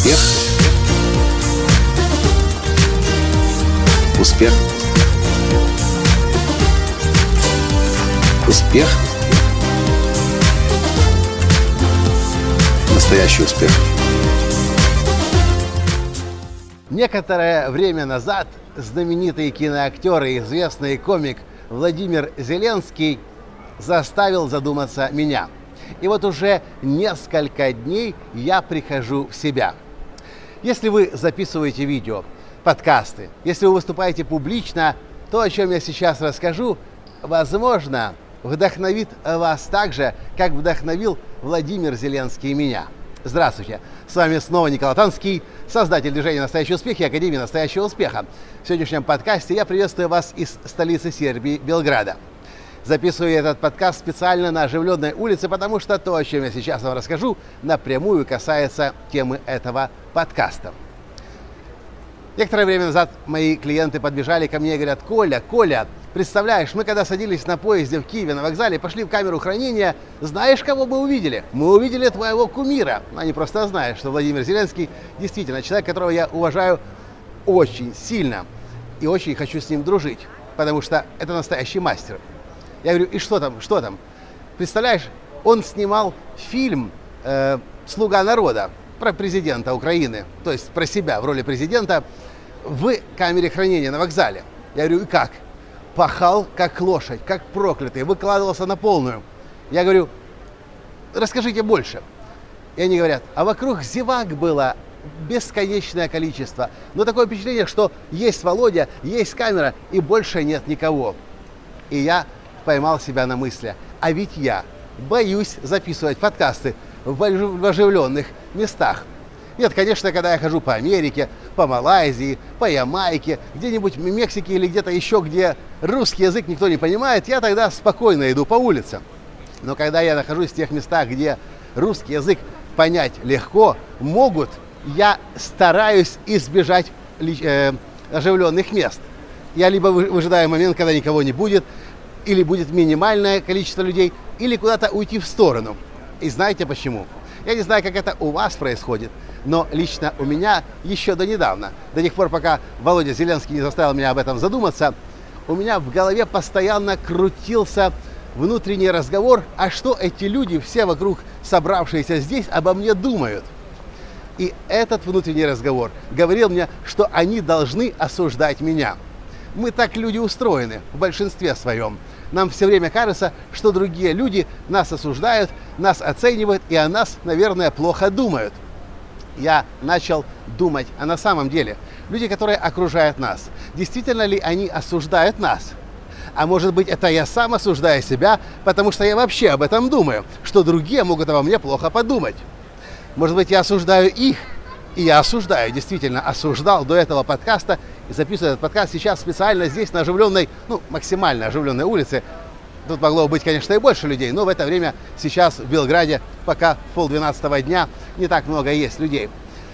Успех. Успех. Успех. Настоящий успех. Некоторое время назад знаменитый киноактер и известный комик Владимир Зеленский заставил задуматься меня. И вот уже несколько дней я прихожу в себя. Если вы записываете видео, подкасты, если вы выступаете публично, то, о чем я сейчас расскажу, возможно, вдохновит вас так же, как вдохновил Владимир Зеленский меня. Здравствуйте! С вами снова Николай Танский, создатель движения «Настоящий успех» и Академии настоящего успеха. В сегодняшнем подкасте я приветствую вас из столицы Сербии, Белграда. Записываю этот подкаст специально на оживленной улице, потому что то, о чем я сейчас вам расскажу, напрямую касается темы этого подкаста. Некоторое время назад мои клиенты подбежали ко мне и говорят: Коля, представляешь, мы когда садились на поезде в Киеве на вокзале, пошли в камеру хранения, знаешь, кого мы увидели? Мы увидели твоего кумира. Они просто знают, что Владимир Зеленский действительно человек, которого я уважаю очень сильно и очень хочу с ним дружить, потому что это настоящий мастер. Я говорю: и что там? Представляешь, он снимал фильм «Слуга народа» про президента Украины, то есть про себя в роли президента, в камере хранения на вокзале. Я говорю: и как? Пахал как лошадь, как проклятый, выкладывался на полную. Я говорю: расскажите больше. И они говорят: а вокруг зевак было бесконечное количество. Но такое впечатление, что есть Володя, есть камера и больше нет никого. И я поймал себя на мысли: а ведь я боюсь записывать подкасты в оживленных местах. Нет, конечно, когда я хожу по Америке, по Малайзии, по Ямайке, где-нибудь в Мексике или где-то еще, где русский язык никто не понимает, я тогда спокойно иду по улице. Но когда я нахожусь в тех местах, где русский язык понять легко могут, я стараюсь избежать оживленных мест. Я либо выжидаю момент, когда никого не будет, или будет минимальное количество людей, или куда-то уйти в сторону. И знаете почему? Я не знаю, как это у вас происходит, но лично у меня еще до недавно, до тех пор, пока Володя Зеленский не заставил меня об этом задуматься, у меня в голове постоянно крутился внутренний разговор: а что эти люди, все вокруг собравшиеся здесь, обо мне думают? И этот внутренний разговор говорил мне, что они должны осуждать меня. Мы так, люди, устроены в большинстве своем. Нам все время кажется, что другие люди нас осуждают, нас оценивают и о нас, наверное, плохо думают. Я начал думать, а на самом деле люди, которые окружают нас, действительно ли они осуждают нас? А может быть, это я сам осуждаю себя, потому что я вообще об этом думаю, что другие могут обо мне плохо подумать. Может быть, я осуждаю их, и я осуждаю, действительно осуждал до этого подкаста, и записываю этот подкаст сейчас специально здесь, на оживленной, максимально оживленной улице. Тут могло быть, конечно, и больше людей, но в это время сейчас в Белграде пока 11:30 дня не так много есть людей.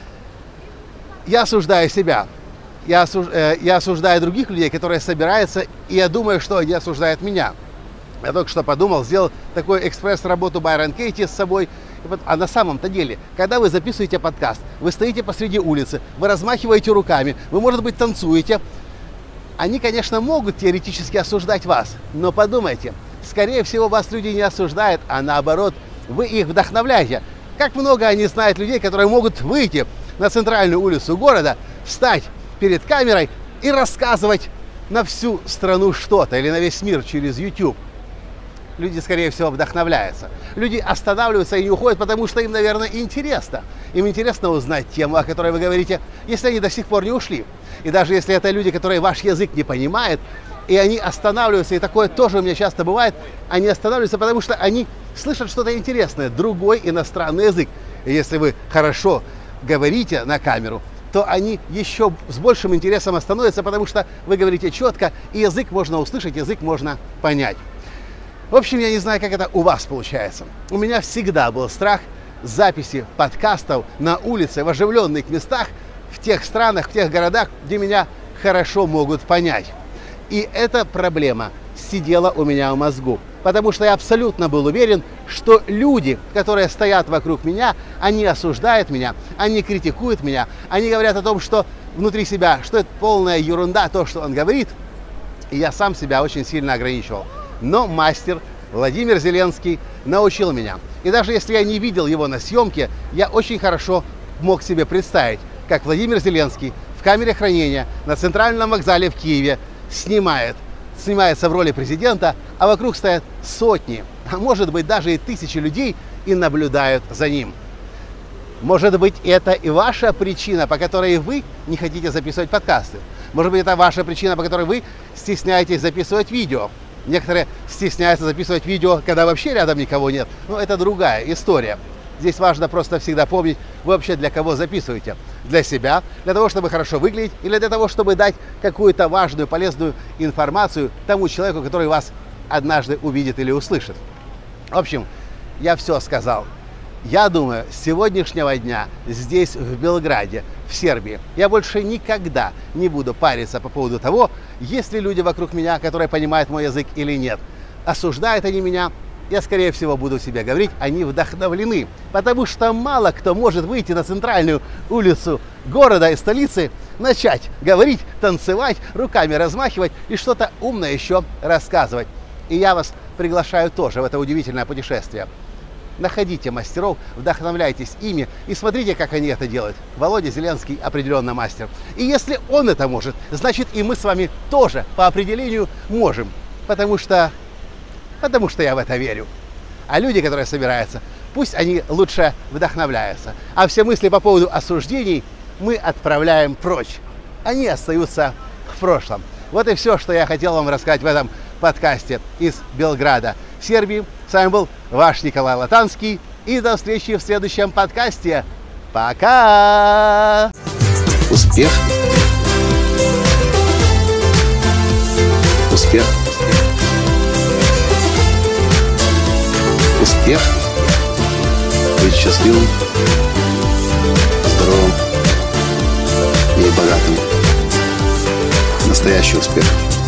Я осуждаю себя, я осуждаю других людей, которые собираются, и я думаю, что они осуждают меня. Я только что подумал, сделал такую экспресс-работу Байрон Кейти с собой. А на самом-то деле, когда вы записываете подкаст, вы стоите посреди улицы, вы размахиваете руками, вы, может быть, танцуете. Они, конечно, могут теоретически осуждать вас, но подумайте, скорее всего, вас люди не осуждают, а наоборот, вы их вдохновляете. Как много они знают людей, которые могут выйти на центральную улицу города, встать перед камерой и рассказывать на всю страну что-то или на весь мир через YouTube. Люди, скорее всего, вдохновляются. Люди останавливаются и не уходят, потому что им, наверное, интересно. Им интересно узнать тему, о которой вы говорите, если они до сих пор не ушли. И даже если это люди, которые ваш язык не понимают, и они останавливаются, и такое тоже у меня часто бывает, они останавливаются, потому что они слышат что-то интересное, другой иностранный язык. И если вы хорошо говорите на камеру, то они еще с большим интересом остановятся, потому что вы говорите четко, и язык можно услышать, язык можно понять. В общем, я не знаю, как это у вас получается. У меня всегда был страх записи подкастов на улице, в оживленных местах, в тех странах, в тех городах, где меня хорошо могут понять. И эта проблема сидела у меня в мозгу. потому что я абсолютно был уверен, что люди, которые стоят вокруг меня, они осуждают меня, они критикуют меня, они говорят о том, что внутри себя, что это полная ерунда, то, что он говорит, и я сам себя очень сильно ограничивал. Но мастер Владимир Зеленский научил меня. И даже если я не видел его на съемке, я очень хорошо мог себе представить, как Владимир Зеленский в камере хранения на центральном вокзале в Киеве снимается в роли президента, а вокруг стоят сотни, а может быть даже и тысячи людей и наблюдают за ним. Может быть, это и ваша причина, по которой вы не хотите записывать подкасты. Может быть, это ваша причина, по которой вы стесняетесь записывать видео. Некоторые стесняются записывать видео, когда вообще рядом никого нет. Но это другая история. Здесь важно просто всегда помнить, вы вообще для кого записываете. Для себя, для того, чтобы хорошо выглядеть, или для того, чтобы дать какую-то важную, полезную информацию тому человеку, который вас однажды увидит или услышит. В общем, я все сказал. Я думаю, с сегодняшнего дня здесь, в Белграде, в Сербии, я больше никогда не буду париться по поводу того, есть ли люди вокруг меня, которые понимают мой язык или нет. Осуждают они меня, я, скорее всего, буду себе говорить, они вдохновлены. Потому что мало кто может выйти на центральную улицу города и столицы, начать говорить, танцевать, руками размахивать и что-то умное еще рассказывать. И я вас приглашаю тоже в это удивительное путешествие. Находите мастеров, вдохновляйтесь ими и смотрите, как они это делают. Володя Зеленский определенно мастер. И если он это может, значит и мы с вами тоже по определению можем. Потому что я в это верю. А люди, которые собираются, пусть они лучше вдохновляются. А все мысли по поводу осуждений мы отправляем прочь. Они остаются в прошлом. Вот и все, что я хотел вам рассказать в этом подкасте из Белграда, Сербии. С вами был ваш Николай Латанский. И до встречи в следующем подкасте. Пока! Успех. Успех. Успех. Быть счастливым, здоровым и богатым. Настоящий успех.